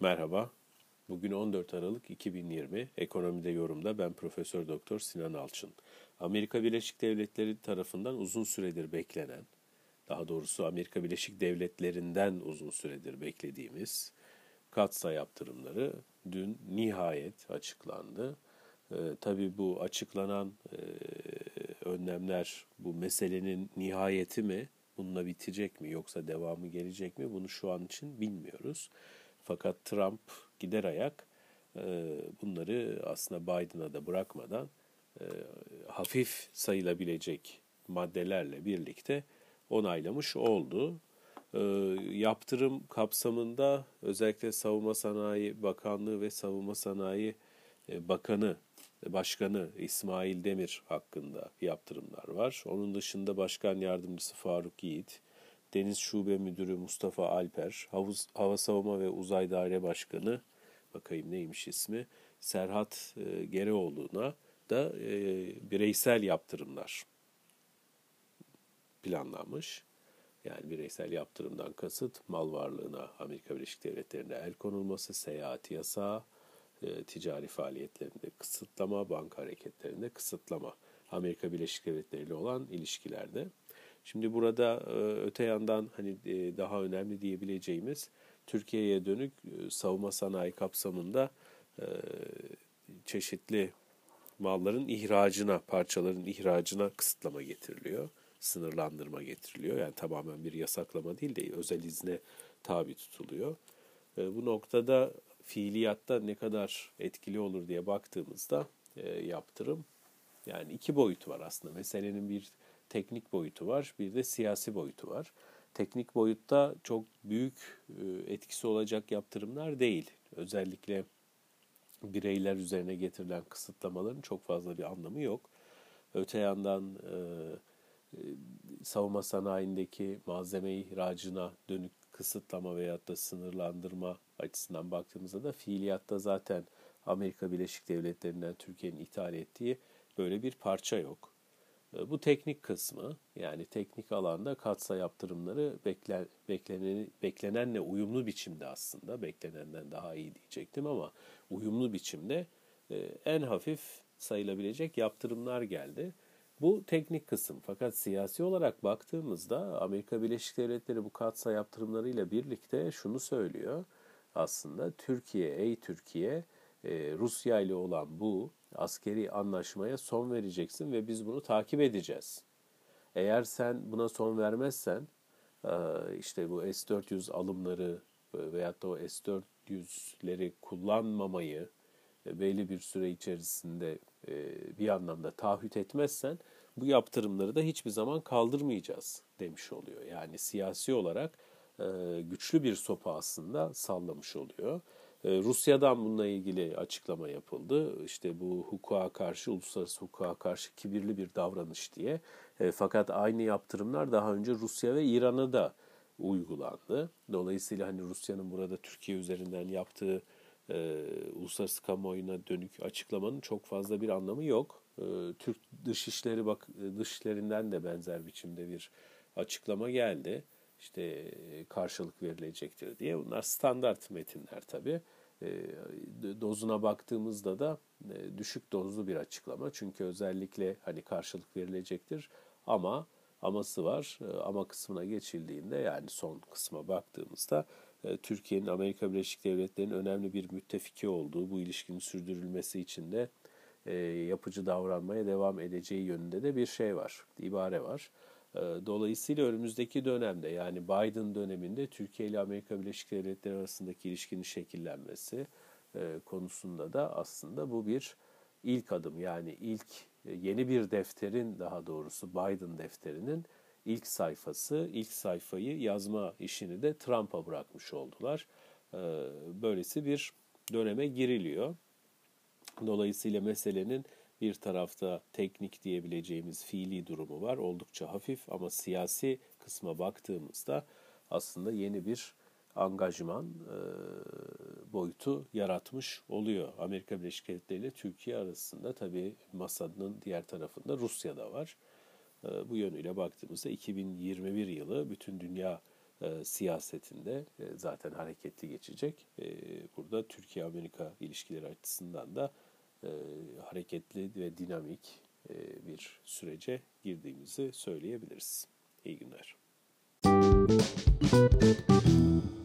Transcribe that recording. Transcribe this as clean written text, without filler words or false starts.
Merhaba. Bugün 14 Aralık 2020. Ekonomide yorumda ben Profesör Doktor Sinan Alçın. Amerika Birleşik Devletleri tarafından uzun süredir beklenen, daha doğrusu Amerika Birleşik Devletleri'nden uzun süredir beklediğimiz katsayı yaptırımları dün nihayet açıklandı. Tabii bu açıklanan önlemler bu meselenin nihayeti mi? Bununla bitecek mi yoksa devamı gelecek mi? Bunu şu an için bilmiyoruz. Fakat Trump gider ayak bunları aslında Biden'a da bırakmadan e, hafif sayılabilecek maddelerle birlikte onaylamış oldu. E, Yaptırım kapsamında özellikle Savunma Sanayi Bakanlığı ve Savunma Sanayi Başkanı İsmail Demir hakkında yaptırımlar var. Onun dışında Başkan Yardımcısı Faruk Yiğit, Deniz Şube Müdürü Mustafa Alper, Hava Savunma ve Uzay Daire Başkanı, bakayım neymiş ismi, Serhat Gereoğlu'na da bireysel yaptırımlar planlanmış. Yani bireysel yaptırımdan kasıt mal varlığına Amerika Birleşik Devletleri'nde el konulması, seyahat yasağı, ticari faaliyetlerinde kısıtlama, banka hareketlerinde kısıtlama. Amerika Birleşik Devletleri ile olan ilişkilerde. Şimdi burada öte yandan hani daha önemli diyebileceğimiz Türkiye'ye dönük savunma sanayi kapsamında e, çeşitli malların ihracına, parçaların ihracına kısıtlama getiriliyor. Sınırlandırma getiriliyor. Yani tamamen bir yasaklama değil de özel izne tabi tutuluyor. Bu noktada fiiliyatta ne kadar etkili olur diye baktığımızda yaptırım yani iki boyutu var aslında. Meselenin bir teknik boyutu var, bir de siyasi boyutu var. Teknik boyutta çok büyük etkisi olacak yaptırımlar değil. Özellikle bireyler üzerine getirilen kısıtlamaların çok fazla bir anlamı yok. Öte yandan savunma sanayindeki malzeme ihracına dönük kısıtlama veyahut da sınırlandırma açısından baktığımızda da fiiliyatta zaten Amerika Birleşik Devletleri'nden Türkiye'nin ithal ettiği böyle bir parça yok. Bu teknik kısmı, yani teknik alanda katsayı yaptırımları beklenenle uyumlu biçimde, aslında beklenenden daha iyi diyecektim ama uyumlu biçimde en hafif sayılabilecek yaptırımlar geldi. Bu teknik kısım. Fakat siyasi olarak baktığımızda Amerika Birleşik Devletleri bu katsayı yaptırımlarıyla birlikte şunu söylüyor. Aslında ey Türkiye, Rusya ile olan bu askeri anlaşmaya son vereceksin ve biz bunu takip edeceğiz. Eğer sen buna son vermezsen işte bu S-400 alımları veyahut da o S-400'leri kullanmamayı belli bir süre içerisinde bir anlamda taahhüt etmezsen bu yaptırımları da hiçbir zaman kaldırmayacağız demiş oluyor. Yani siyasi olarak güçlü bir sopa aslında sallamış oluyor. Rusya'dan bununla ilgili açıklama yapıldı. İşte bu hukuka karşı, uluslararası hukuka karşı kibirli bir davranış diye. Fakat aynı yaptırımlar daha önce Rusya ve İran'a da uygulandı. Dolayısıyla hani Rusya'nın burada Türkiye üzerinden yaptığı uluslararası kamuoyuna dönük açıklamanın çok fazla bir anlamı yok. Türk dışişlerinden de benzer biçimde bir açıklama geldi. İşte karşılık verilecektir diye. Bunlar standart metinler tabii. Dozuna baktığımızda da düşük dozlu bir açıklama. Çünkü özellikle hani karşılık verilecektir ama aması var. Ama kısmına geçildiğinde, yani son kısma baktığımızda Türkiye'nin Amerika Birleşik Devletleri'nin önemli bir müttefiki olduğu, bu ilişkinin sürdürülmesi için de yapıcı davranmaya devam edeceği yönünde de bir şey var, ibare var. Dolayısıyla önümüzdeki dönemde, yani Biden döneminde Türkiye ile Amerika Birleşik Devletleri arasındaki ilişkinin şekillenmesi konusunda da aslında bu bir ilk adım. Yani yeni bir defterin, daha doğrusu Biden defterinin ilk sayfayı yazma işini de Trump'a bırakmış oldular. Böylesi bir döneme giriliyor. Dolayısıyla meselenin bir tarafta teknik diyebileceğimiz fiili durumu var. Oldukça hafif, ama siyasi kısma baktığımızda aslında yeni bir angajman boyutu yaratmış oluyor. Amerika Birleşik Devletleri ile Türkiye arasında, tabii masanın diğer tarafında Rusya da var. Bu yönüyle baktığımızda 2021 yılı bütün dünya siyasetinde zaten hareketli geçecek. Burada Türkiye-Amerika ilişkileri açısından da hareketli ve dinamik bir sürece girdiğimizi söyleyebiliriz. İyi günler.